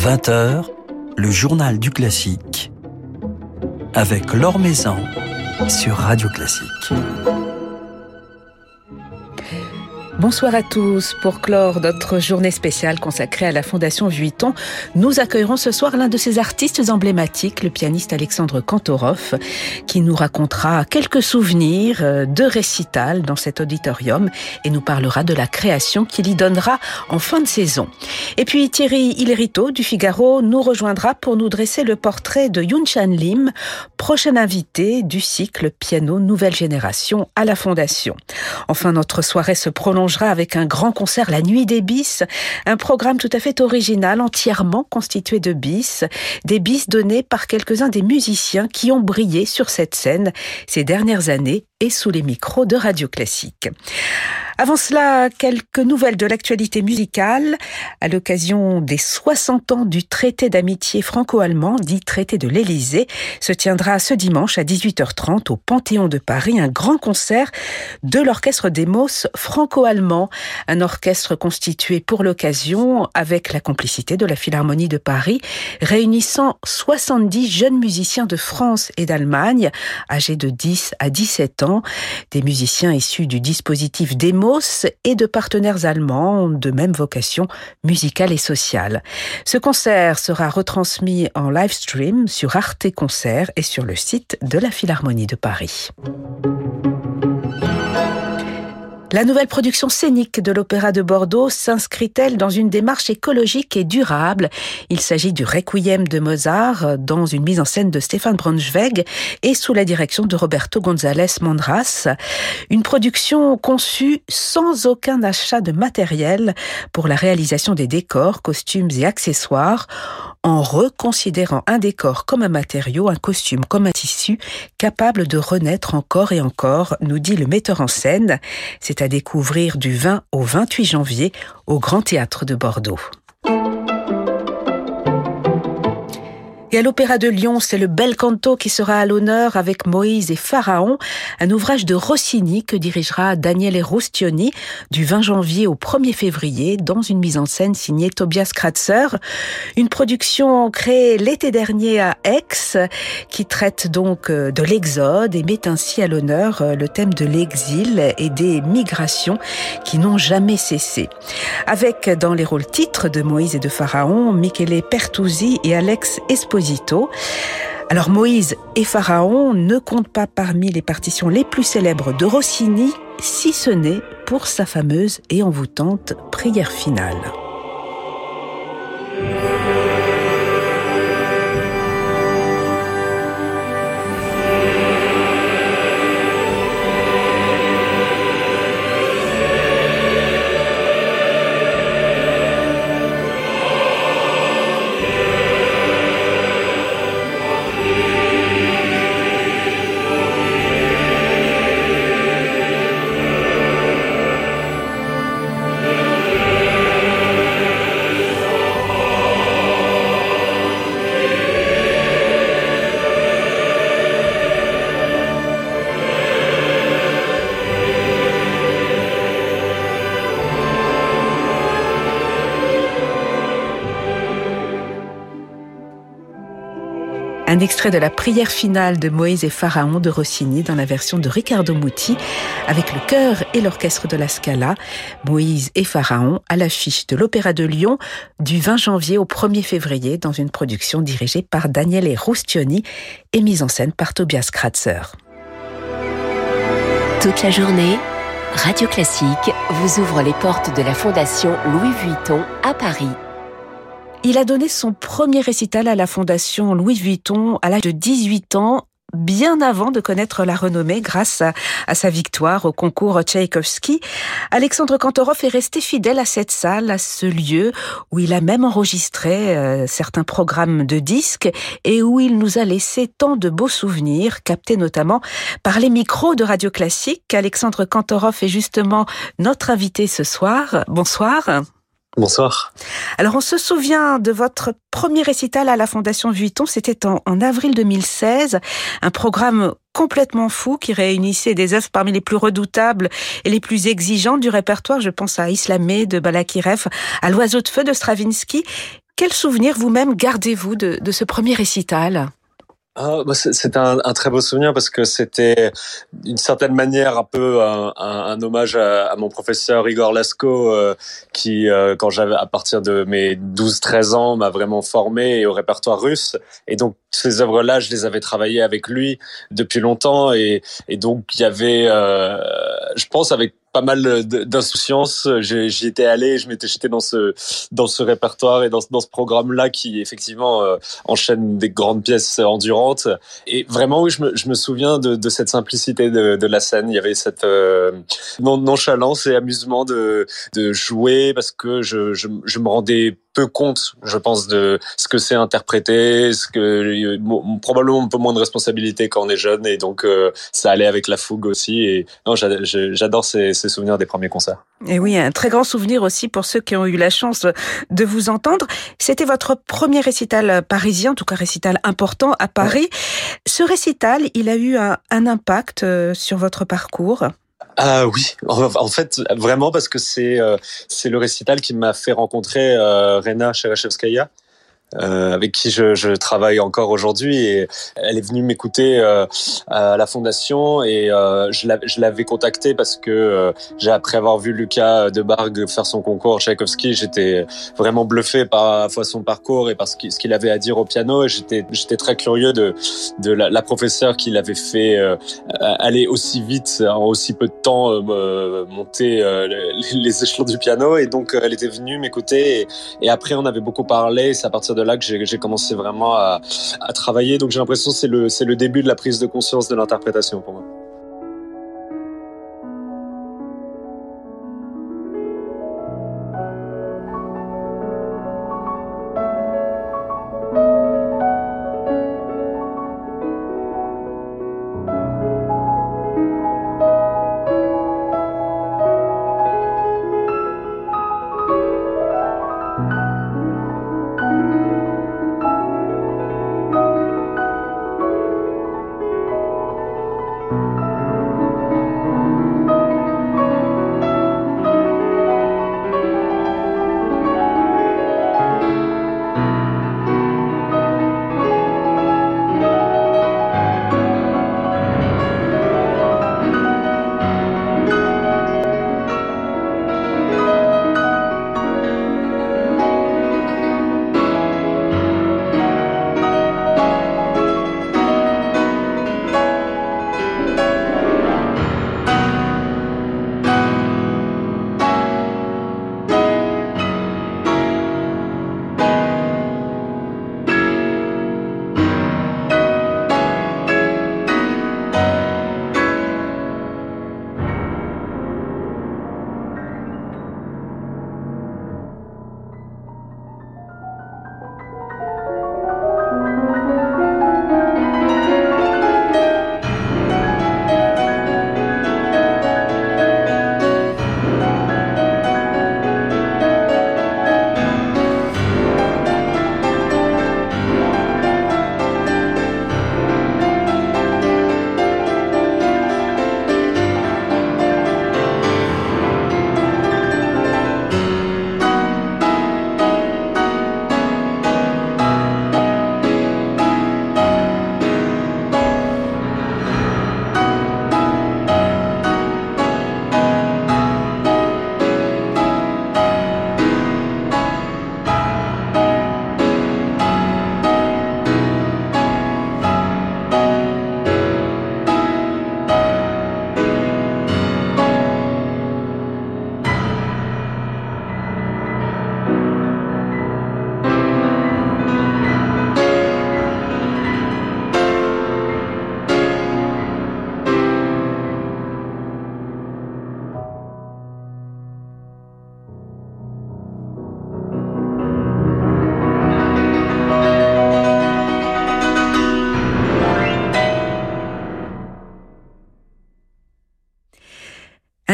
20h, le journal du classique avec Laure Maison sur Radio Classique. Bonsoir à tous. Pour clore notre journée spéciale consacrée à la Fondation Vuitton, nous accueillerons ce soir l'un de ses artistes emblématiques, le pianiste Alexandre Kantorov, qui nous racontera quelques souvenirs de récital dans cet auditorium et nous parlera de la création qu'il y donnera en fin de saison. Et puis Thierry Hillerito du Figaro nous rejoindra pour nous dresser le portrait de Yoon Chan Lim, prochain invité du cycle Piano Nouvelle Génération à la Fondation. Enfin, notre soirée se prolongera avec un grand concert La Nuit des bis, un programme tout à fait original, entièrement constitué de bis, des bis donnés par quelques-uns des musiciens qui ont brillé sur cette scène ces dernières années et sous les micros de Radio Classique. Avant cela, quelques nouvelles de l'actualité musicale. À l'occasion des 60 ans du traité d'amitié franco-allemand, dit traité de l'Élysée, se tiendra ce dimanche à 18h30 au Panthéon de Paris un grand concert de l'orchestre Demos franco-allemand. Un orchestre constitué pour l'occasion avec la complicité de la Philharmonie de Paris, réunissant 70 jeunes musiciens de France et d'Allemagne, âgés de 10 à 17 ans, des musiciens issus du dispositif Demos et de partenaires allemands de même vocation musicale et sociale. Ce concert sera retransmis en live stream sur Arte Concert et sur le site de la Philharmonie de Paris. La nouvelle production scénique de l'Opéra de Bordeaux s'inscrit-elle dans une démarche écologique et durable? Il s'agit du Requiem de Mozart dans une mise en scène de Stefan Braunschweig et sous la direction de Roberto González Mandras. Une production conçue sans aucun achat de matériel pour la réalisation des décors, costumes et accessoires, en reconsidérant un décor comme un matériau, un costume comme un tissu, capable de renaître encore et encore, nous dit le metteur en scène. C'est à découvrir du 20 au 28 janvier au Grand Théâtre de Bordeaux. Et à l'Opéra de Lyon, c'est le bel canto qui sera à l'honneur avec Moïse et Pharaon, un ouvrage de Rossini que dirigera Daniele Rustioni du 20 janvier au 1er février dans une mise en scène signée Tobias Kratzer. Une production créée l'été dernier à Aix qui traite donc de l'exode et met ainsi à l'honneur le thème de l'exil et des migrations qui n'ont jamais cessé. Avec dans les rôles titres de Moïse et de Pharaon, Michele Pertusi et Alex Esposito. Alors Moïse et Pharaon ne comptent pas parmi les partitions les plus célèbres de Rossini, si ce n'est pour sa fameuse et envoûtante prière finale. Un extrait de la prière finale de Moïse et Pharaon de Rossini dans la version de Riccardo Muti avec le chœur et l'orchestre de la Scala. Moïse et Pharaon à l'affiche de l'Opéra de Lyon du 20 janvier au 1er février dans une production dirigée par Daniele Rustioni et mise en scène par Tobias Kratzer. Toute la journée, Radio Classique vous ouvre les portes de la Fondation Louis Vuitton à Paris. Il a donné son premier récital à la Fondation Louis Vuitton à l'âge de 18 ans, bien avant de connaître la renommée grâce à sa victoire au concours Tchaïkovski. Alexandre Kantorov est resté fidèle à cette salle, à ce lieu où il a même enregistré certains programmes de disques et où il nous a laissé tant de beaux souvenirs, captés notamment par les micros de Radio Classique. Alexandre Kantorov est justement notre invité ce soir. Bonsoir. Bonsoir. Alors, on se souvient de votre premier récital à la Fondation Vuitton, c'était en avril 2016, un programme complètement fou qui réunissait des œuvres parmi les plus redoutables et les plus exigeantes du répertoire. Je pense à Islamé de Balakirev, à L'Oiseau de feu de Stravinsky. Quel souvenir vous-même gardez-vous de ce premier récital ? C'était un très beau souvenir parce que c'était d'une certaine manière un peu un hommage à mon professeur Igor Lasko qui, quand j'avais à partir de mes 12-13 ans, m'a vraiment formé au répertoire russe. Et donc ces œuvres-là, je les avais travaillées avec lui depuis longtemps et donc il y avait, je pense, avec pas mal d'insouciance, j'y étais allé, je m'étais jeté dans ce répertoire et dans ce programme-là qui effectivement enchaîne des grandes pièces endurantes. Et vraiment, oui, je me souviens de cette simplicité de la scène. Il y avait cette nonchalance et amusement de jouer parce que je me rendais peu compte, je pense, de ce que c'est interpréter, probablement un peu moins de responsabilité quand on est jeune et donc ça allait avec la fougue aussi. Et non, j'adore ces souvenirs des premiers concerts. Et oui, un très grand souvenir aussi pour ceux qui ont eu la chance de vous entendre. C'était votre premier récital parisien, en tout cas récital important à Paris. Ce récital, il a eu un impact sur votre parcours ? Ah oui, en fait, vraiment parce que c'est le récital qui m'a fait rencontrer Rena Chereshevskaya, avec qui je travaille encore aujourd'hui, et elle est venue m'écouter à la fondation et je l'avais contactée parce que après avoir vu Lucas Debargue faire son concours Tchaïkovski, j'étais vraiment bluffé par son parcours et par ce qu'il avait à dire au piano, et j'étais très curieux de la professeure qui l'avait fait aller aussi vite en aussi peu de temps, monter les échelons du piano. Et donc elle était venue m'écouter et après on avait beaucoup parlé. C'est à partir de là que j'ai commencé vraiment à travailler. Donc j'ai l'impression que c'est le début de la prise de conscience de l'interprétation pour moi.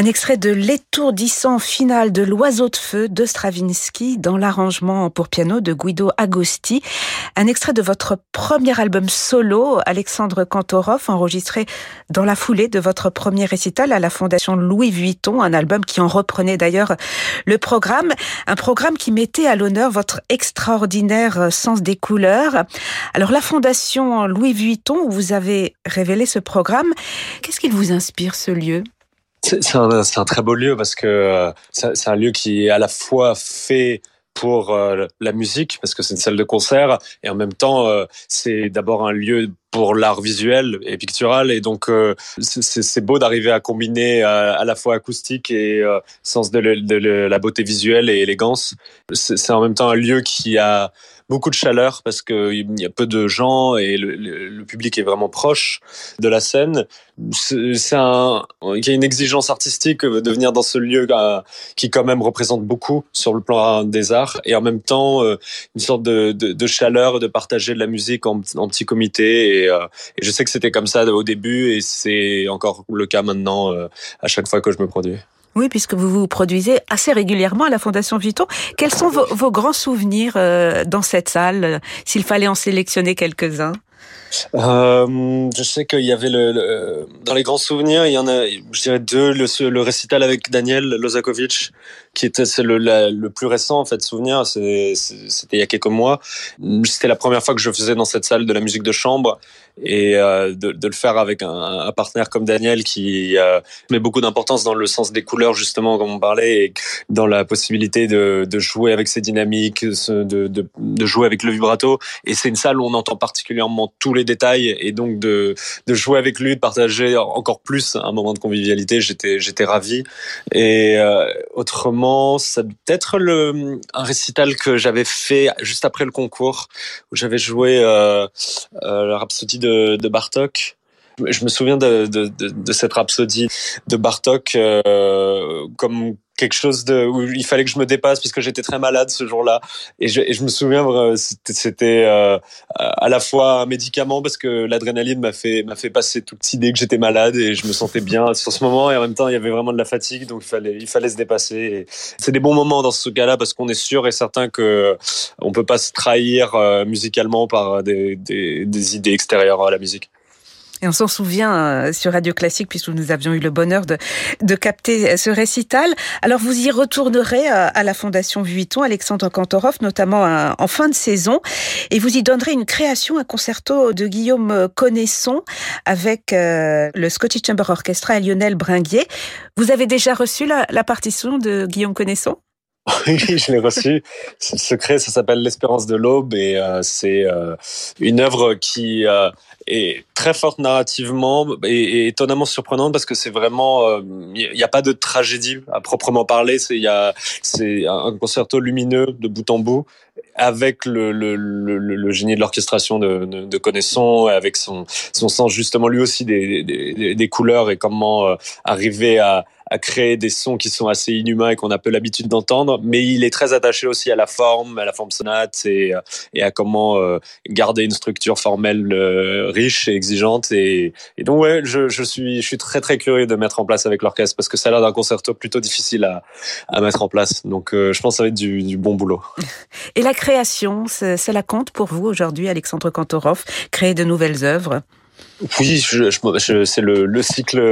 Un extrait de l'étourdissant final de l'Oiseau de feu de Stravinsky dans l'arrangement pour piano de Guido Agosti. Un extrait de votre premier album solo, Alexandre Kantorov, enregistré dans la foulée de votre premier récital à la Fondation Louis Vuitton, un album qui en reprenait d'ailleurs le programme, un programme qui mettait à l'honneur votre extraordinaire sens des couleurs. Alors la Fondation Louis Vuitton, où vous avez révélé ce programme, qu'est-ce qu'il vous inspire, ce lieu ? C'est un très beau lieu parce que c'est un lieu qui est à la fois fait pour la musique, parce que c'est une salle de concert, et en même temps, c'est d'abord un lieu pour l'art visuel et pictural, et donc c'est beau d'arriver à combiner à la fois acoustique et sens de la beauté visuelle et élégance. C'est en même temps un lieu qui a beaucoup de chaleur parce qu'il y a peu de gens et le public est vraiment proche de la scène. Il y a une exigence artistique de venir dans ce lieu qui quand même représente beaucoup sur le plan des arts, et en même temps une sorte de chaleur, de partager de la musique en petit comité, et je sais que c'était comme ça au début et c'est encore le cas maintenant à chaque fois que je me produis. Oui, puisque vous vous produisez assez régulièrement à la Fondation Vuitton. Quels sont vos grands souvenirs dans cette salle, s'il fallait en sélectionner quelques-uns ? Je sais qu'il y avait dans les grands souvenirs, il y en a, je dirais deux, le récital avec Daniel Lozakovitch, qui était le plus récent en fait souvenir. C'était il y a quelques mois. C'était la première fois que je faisais dans cette salle de la musique de chambre, et de le faire avec un partenaire comme Daniel qui met beaucoup d'importance dans le sens des couleurs, justement, comme on parlait, et dans la possibilité de jouer avec ses dynamiques, de jouer avec le vibrato. Et c'est une salle où on entend particulièrement tous les détails, et donc de jouer avec lui, de partager encore plus un moment de convivialité, j'étais ravi. Et autrement, ça peut être un récital que j'avais fait juste après le concours, où j'avais joué la Rhapsodie de Bartók. Je me souviens de cette Rhapsodie de Bartók comme quelque chose où il fallait que je me dépasse parce que j'étais très malade ce jour-là, et je me souviens, c'était à la fois un médicament parce que l'adrénaline m'a fait passer toute idée que j'étais malade, et je me sentais bien sur ce moment, et en même temps il y avait vraiment de la fatigue, donc il fallait se dépasser. Et c'est des bons moments dans ce cas-là parce qu'on est sûr et certain que on peut pas se trahir musicalement par des idées extérieures à la musique. Et on s'en souvient sur Radio Classique, puisque nous avions eu le bonheur de capter ce récital. Alors vous y retournerez à la Fondation Vuitton, Alexandre Kantorov, notamment en fin de saison, et vous y donnerez une création, un concerto de Guillaume Connaisson avec le Scottish Chamber Orchestra et Lionel Bringuier. Vous avez déjà reçu la partition de Guillaume Connaisson ? Oui, je l'ai reçu. C'est secret, ça s'appelle L'Espérance de l'Aube, et c'est une œuvre qui est très forte narrativement et étonnamment surprenante parce que c'est vraiment, il y a pas de tragédie à proprement parler. C'est un concerto lumineux de bout en bout, avec le génie de l'orchestration de Connaisson, avec son sens justement lui aussi des couleurs, et comment arriver à créer des sons qui sont assez inhumains et qu'on a peu l'habitude d'entendre, mais il est très attaché aussi à la forme sonate, et à comment garder une structure formelle riche et exigeante, et donc ouais, je suis très très curieux de mettre en place avec l'orchestre, parce que ça a l'air d'un concerto plutôt difficile à mettre en place, donc je pense que ça va être du bon boulot. Et la création, cela compte pour vous aujourd'hui, Alexandre Kantorov, créer de nouvelles œuvres? Oui, c'est le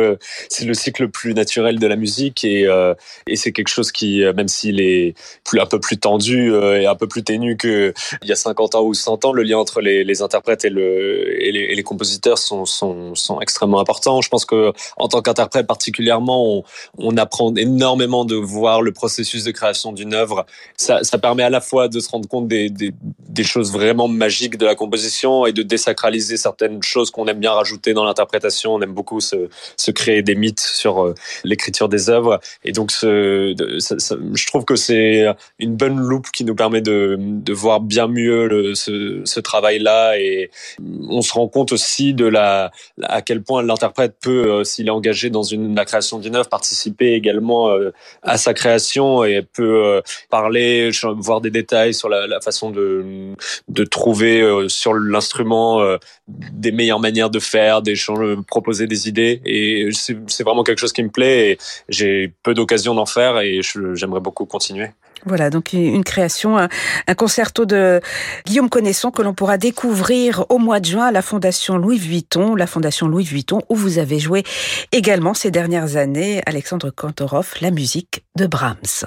cycle plus naturel de la musique, et c'est quelque chose qui, même s'il est un peu plus tendu et un peu plus ténu que il y a 50 ans ou 100 ans, le lien entre les interprètes et les compositeurs sont extrêmement importants. Je pense que en tant qu'interprète particulièrement, on apprend énormément de voir le processus de création d'une œuvre. Ça permet à la fois de se rendre compte des choses vraiment magiques de la composition, et de désacraliser certaines choses qu'on aime bien rajouter dans l'interprétation. On aime beaucoup se créer des mythes sur l'écriture des œuvres, et donc je trouve que c'est une bonne loupe qui nous permet de voir bien mieux ce travail-là, et on se rend compte aussi à quel point l'interprète peut, s'il est engagé dans la création d'une œuvre, participer également à sa création, et peut parler, voir des détails sur la façon de trouver sur l'instrument des meilleures manières de faire des proposer des idées, et c'est vraiment quelque chose qui me plaît, et j'ai peu d'occasions d'en faire, et j'aimerais beaucoup continuer. Voilà, donc une création, un concerto de Guillaume Connaisson que l'on pourra découvrir au mois de juin à la Fondation Louis Vuitton, où vous avez joué également ces dernières années, Alexandre Kantorov, la musique de Brahms.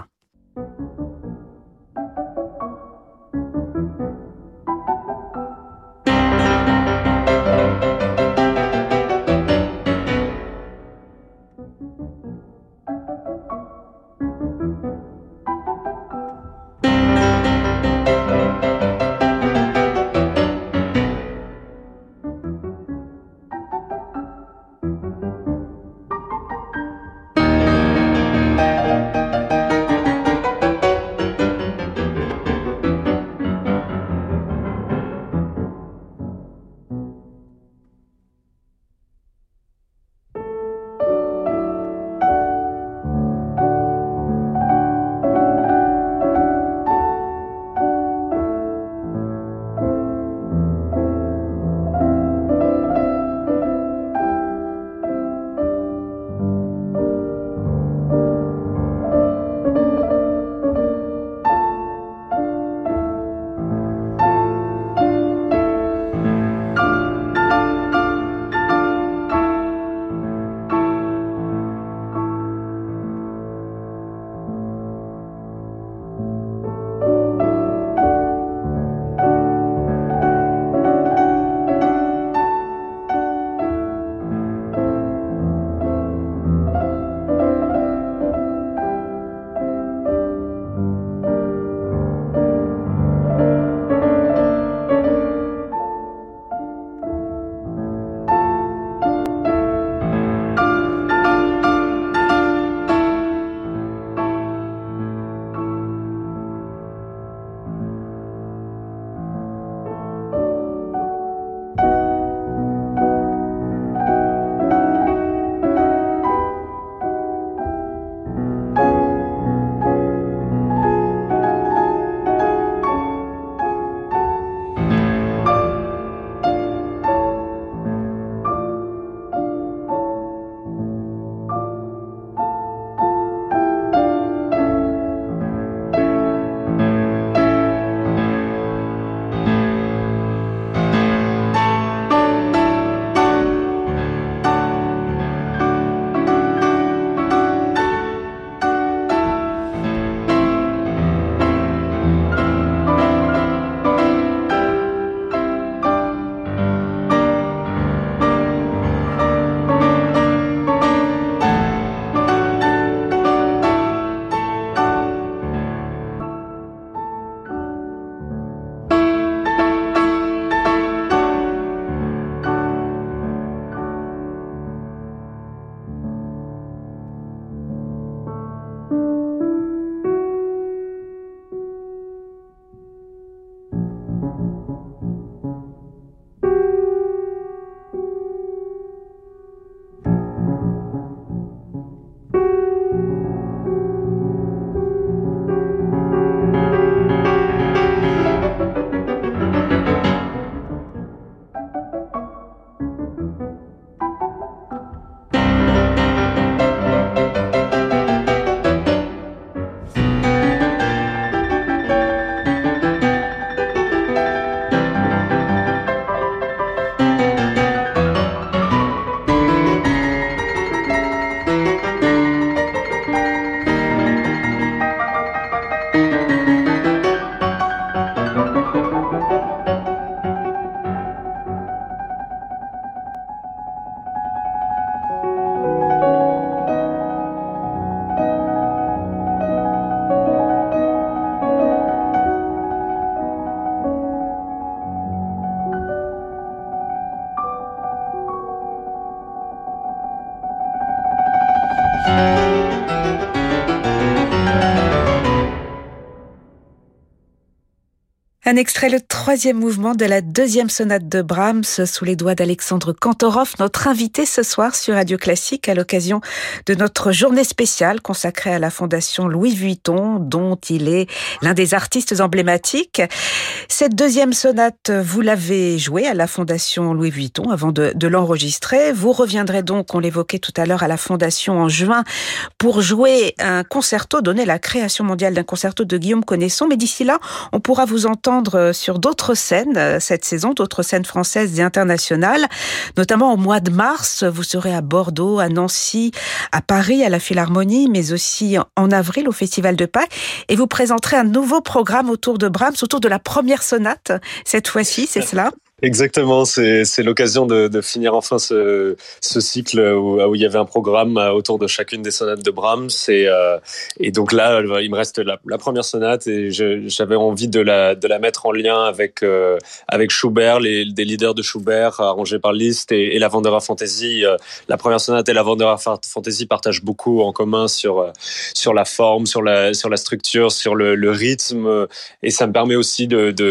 Un extrait, le 3e mouvement de la 2e sonate de Brahms sous les doigts d'Alexandre Kantorov, notre invité ce soir sur Radio Classique à l'occasion de notre journée spéciale consacrée à la Fondation Louis Vuitton, dont il est l'un des artistes emblématiques. Cette 2e sonate, vous l'avez jouée à la Fondation Louis Vuitton avant de l'enregistrer. Vous reviendrez donc, on l'évoquait tout à l'heure, à la Fondation en juin pour jouer un concerto, donner la création mondiale d'un concerto de Guillaume Connaisson. Mais d'ici là, on pourra vous entendre sur d'autres scènes cette saison, d'autres scènes françaises et internationales, notamment au mois de mars. Vous serez à Bordeaux, à Nancy, à Paris, à la Philharmonie, mais aussi en avril au Festival de Pâques. Et vous présenterez un nouveau programme autour de Brahms, autour de la première sonate, cette fois-ci, c'est cela ? Exactement, c'est l'occasion de finir enfin ce cycle où il y avait un programme autour de chacune des sonates de Brahms et donc là il me reste la première sonate et j'avais envie de la mettre en lien avec Schubert, des leaders de Schubert arrangés par Liszt et la Wanderer Fantasy. La première sonate et la Wanderer Fantasy partagent beaucoup en commun sur la forme, sur la structure, sur le rythme, et ça me permet aussi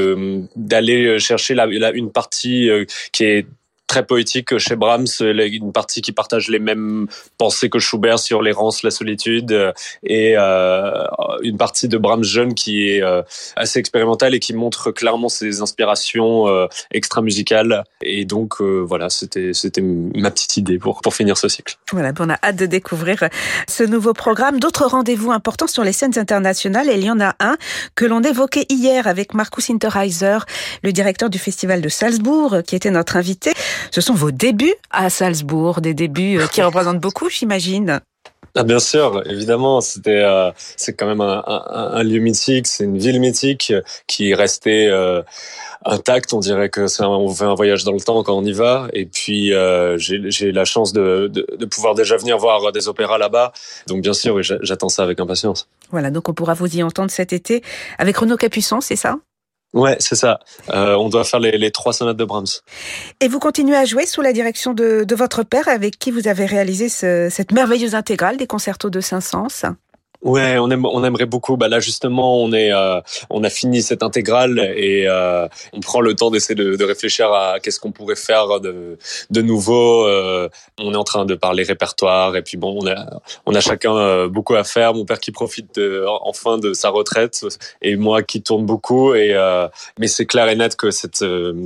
d'aller chercher une partie qui est très poétique chez Brahms, une partie qui partage les mêmes pensées que Schubert sur l'errance, la solitude, et une partie de Brahms jeune qui est assez expérimentale et qui montre clairement ses inspirations extra-musicales. Et donc voilà, c'était ma petite idée pour finir ce cycle. Voilà, on a hâte de découvrir ce nouveau programme. D'autres rendez-vous importants sur les scènes internationales, et il y en a un que l'on évoquait hier avec Markus Hinterheiser, le directeur du Festival de Salzbourg, qui était notre invité. Ce sont vos débuts à Salzbourg, des débuts qui représentent beaucoup, j'imagine. Ah, bien sûr, évidemment, c'est quand même un lieu mythique, c'est une ville mythique qui est restée intacte. On dirait que on fait un voyage dans le temps quand on y va. Et puis j'ai la chance de pouvoir déjà venir voir des opéras là-bas. Donc bien sûr, oui, j'attends ça avec impatience. Voilà, donc on pourra vous y entendre cet été avec Renaud Capuçon, c'est ça ? Ouais, c'est ça. On doit faire les 3 sonates de Brahms. Et vous continuez à jouer sous la direction de votre père, avec qui vous avez réalisé cette merveilleuse intégrale des concertos de Saint-Saëns. Ouais, on aimerait beaucoup. Bah là justement, on a fini cette intégrale et on prend le temps d'essayer de réfléchir à qu'est-ce qu'on pourrait faire de nouveau. On est en train de parler répertoire et puis bon, on a chacun beaucoup à faire. Mon père qui profite enfin de sa retraite et moi qui tourne beaucoup mais c'est clair et net que cette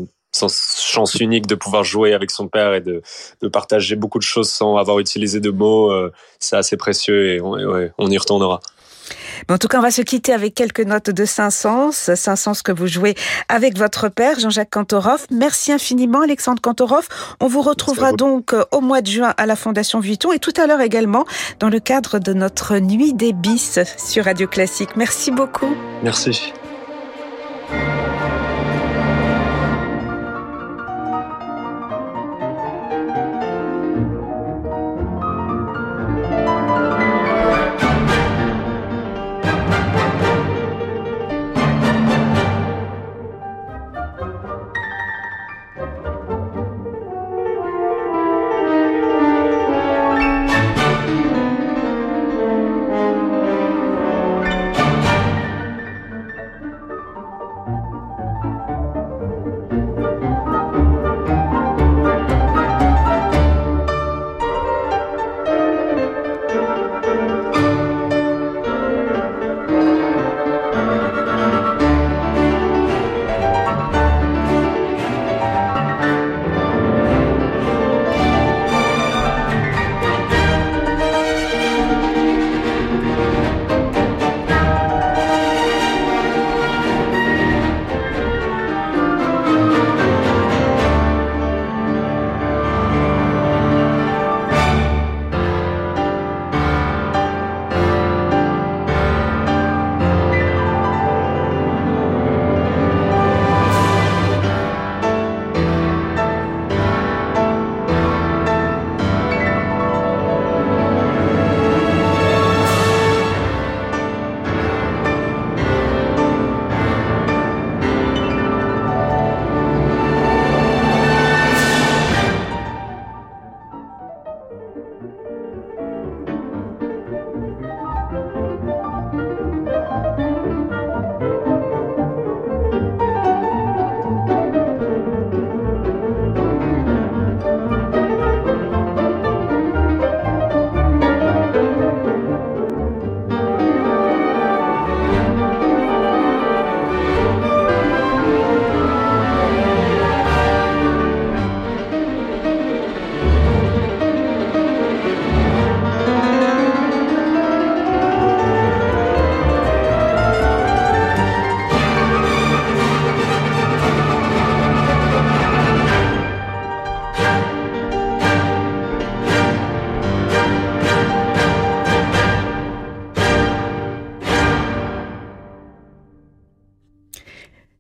chance unique de pouvoir jouer avec son père et de partager beaucoup de choses sans avoir utilisé de mots, c'est assez précieux et on y retournera. Mais en tout cas, on va se quitter avec quelques notes de Saint-Saëns que vous jouez avec votre père, Jean-Jacques Kantorov. Merci infiniment, Alexandre Kantorov. On vous retrouvera donc au mois de juin à la Fondation Vuitton et tout à l'heure également dans le cadre de notre Nuit des Bis sur Radio Classique. Merci beaucoup. Merci.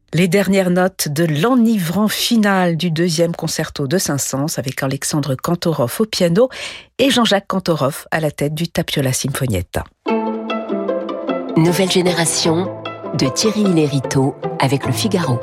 Les dernières notes de l'enivrant final du 2e concerto de Saint-Saëns avec Alexandre Kantorov au piano et Jean-Jacques Kantorov à la tête du Tapiola Sinfonietta. Nouvelle génération de Thierry Lériteau avec Le Figaro.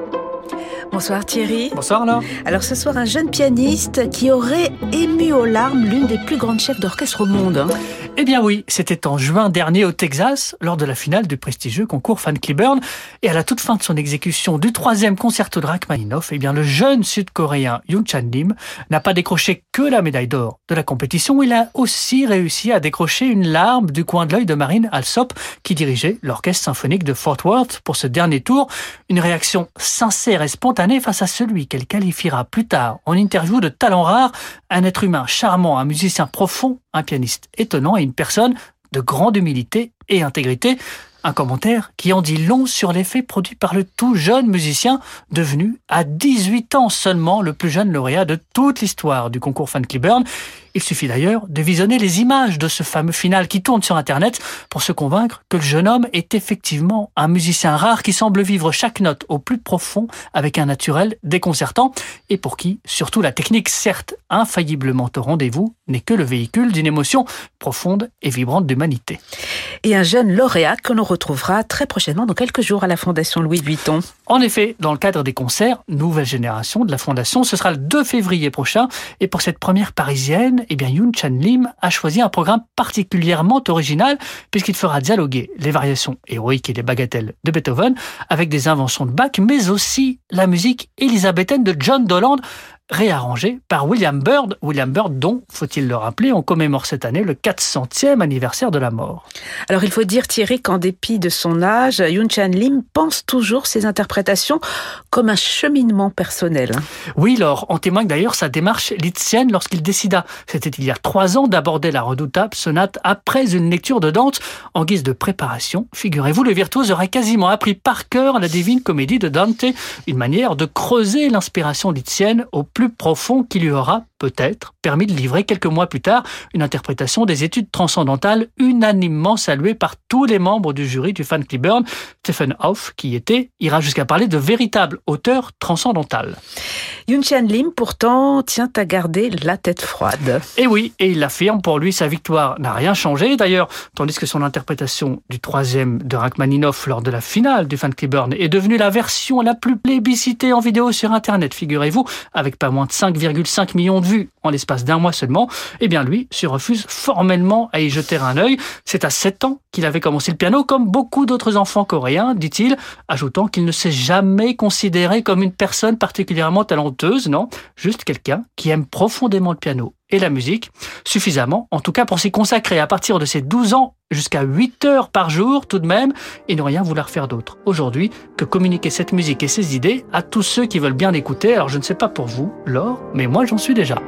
Bonsoir Thierry. Bonsoir Laure. Alors ce soir, un jeune pianiste qui aurait ému aux larmes l'une des plus grandes chefs d'orchestre au monde. Eh bien oui, c'était en juin dernier au Texas, lors de la finale du prestigieux concours Van Cliburn. Et à la toute fin de son exécution du 3e concerto de Rachmaninoff, eh bien le jeune sud-coréen Yoon Chan Lim n'a pas décroché que la médaille d'or de la compétition, il a aussi réussi à décrocher une larme du coin de l'œil de Marine Alsop, qui dirigeait l'orchestre symphonique de Fort Worth pour ce dernier tour. Une réaction sincère et spontanée face à celui qu'elle qualifiera plus tard en interview de talent rare, un être humain charmant, un musicien profond, un pianiste étonnant et une personne de grande humilité et intégrité. Un commentaire qui en dit long sur l'effet produit par le tout jeune musicien, devenu à 18 ans seulement le plus jeune lauréat de toute l'histoire du concours Van Cliburn. Il suffit d'ailleurs de visionner les images de ce fameux final qui tourne sur Internet pour se convaincre que le jeune homme est effectivement un musicien rare qui semble vivre chaque note au plus profond avec un naturel déconcertant et pour qui, surtout, la technique, certes infailliblement au rendez-vous, n'est que le véhicule d'une émotion profonde et vibrante d'humanité. Et un jeune lauréat que l'on retrouvera très prochainement dans quelques jours à la Fondation Louis Vuitton. En effet, dans le cadre des concerts Nouvelle Génération de la Fondation, ce sera le 2 février prochain. Et pour cette première parisienne, eh bien Yoon Chan Lim a choisi un programme particulièrement original puisqu'il fera dialoguer les variations héroïques et les bagatelles de Beethoven avec des inventions de Bach, mais aussi la musique élisabéthaine de John Doland, réarrangé par William Byrd dont, faut-il le rappeler, on commémore cette année le 400e anniversaire de la mort. Alors il faut dire Thierry qu'en dépit de son âge, Yoon Chan Lim pense toujours ses interprétations comme un cheminement personnel. Oui, Laure, en témoigne d'ailleurs sa démarche lisztienne lorsqu'il décida, c'était il y a 3 ans, d'aborder la redoutable sonate après une lecture de Dante en guise de préparation. Figurez-vous, le virtuose aurait quasiment appris par cœur la Divine Comédie de Dante, une manière de creuser l'inspiration lisztienne au plus profond qui lui aura peut-être permis de livrer quelques mois plus tard une interprétation des études transcendantales unanimement saluée par tous les membres du jury du Van Cliburn. Stephen Hoff, qui ira jusqu'à parler de véritable auteur transcendantal. Yoon Chan Lim, pourtant, tient à garder la tête froide. Et oui, et il l'affirme, pour lui, sa victoire n'a rien changé. D'ailleurs, tandis que son interprétation du 3e de Rachmaninoff lors de la finale du Van Cliburn est devenue la version la plus plébiscitée en vidéo sur Internet, figurez-vous, avec pas moins de 5,5 millions de vues en l'espace d'1 mois seulement, eh bien lui se refuse formellement à y jeter un œil. C'est à 7 ans qu'il avait commencé le piano, comme beaucoup d'autres enfants coréens, dit-il, ajoutant qu'il ne s'est jamais considéré comme une personne particulièrement talenteuse, non, juste quelqu'un qui aime profondément le piano et la musique, suffisamment, en tout cas pour s'y consacrer à partir de ses 12 ans jusqu'à 8 heures par jour tout de même, et ne rien vouloir faire d'autre aujourd'hui que communiquer cette musique et ses idées à tous ceux qui veulent bien l'écouter. Alors je ne sais pas pour vous, Laure, mais moi j'en suis déjà.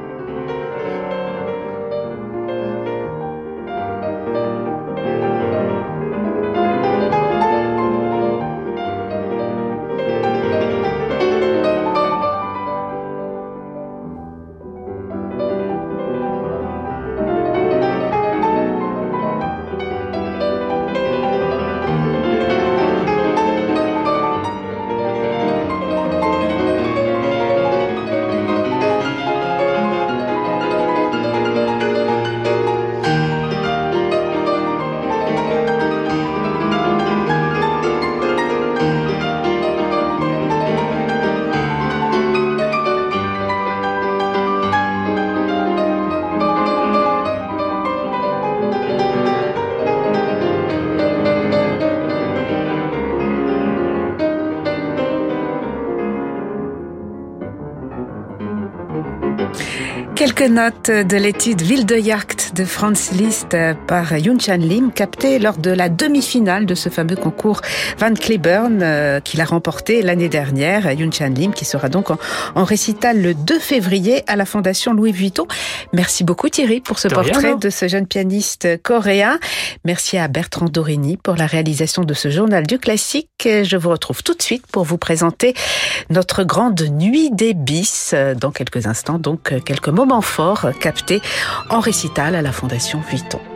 Quelques notes de l'étude Ville de Jagd de Franz Liszt par Yoon Chan Lim, captée lors de la demi-finale de ce fameux concours Van Cliburn qu'il a remporté l'année dernière. Yoon Chan Lim qui sera donc en récital le 2 février à la Fondation Louis Vuitton. Merci beaucoup Thierry pour ce portrait de ce jeune pianiste coréen. Merci à Bertrand Dorini pour la réalisation de ce journal du classique. Je vous retrouve tout de suite pour vous présenter notre grande nuit des bis dans quelques instants, donc quelques moments forts captés en récital à la Fondation Vuitton.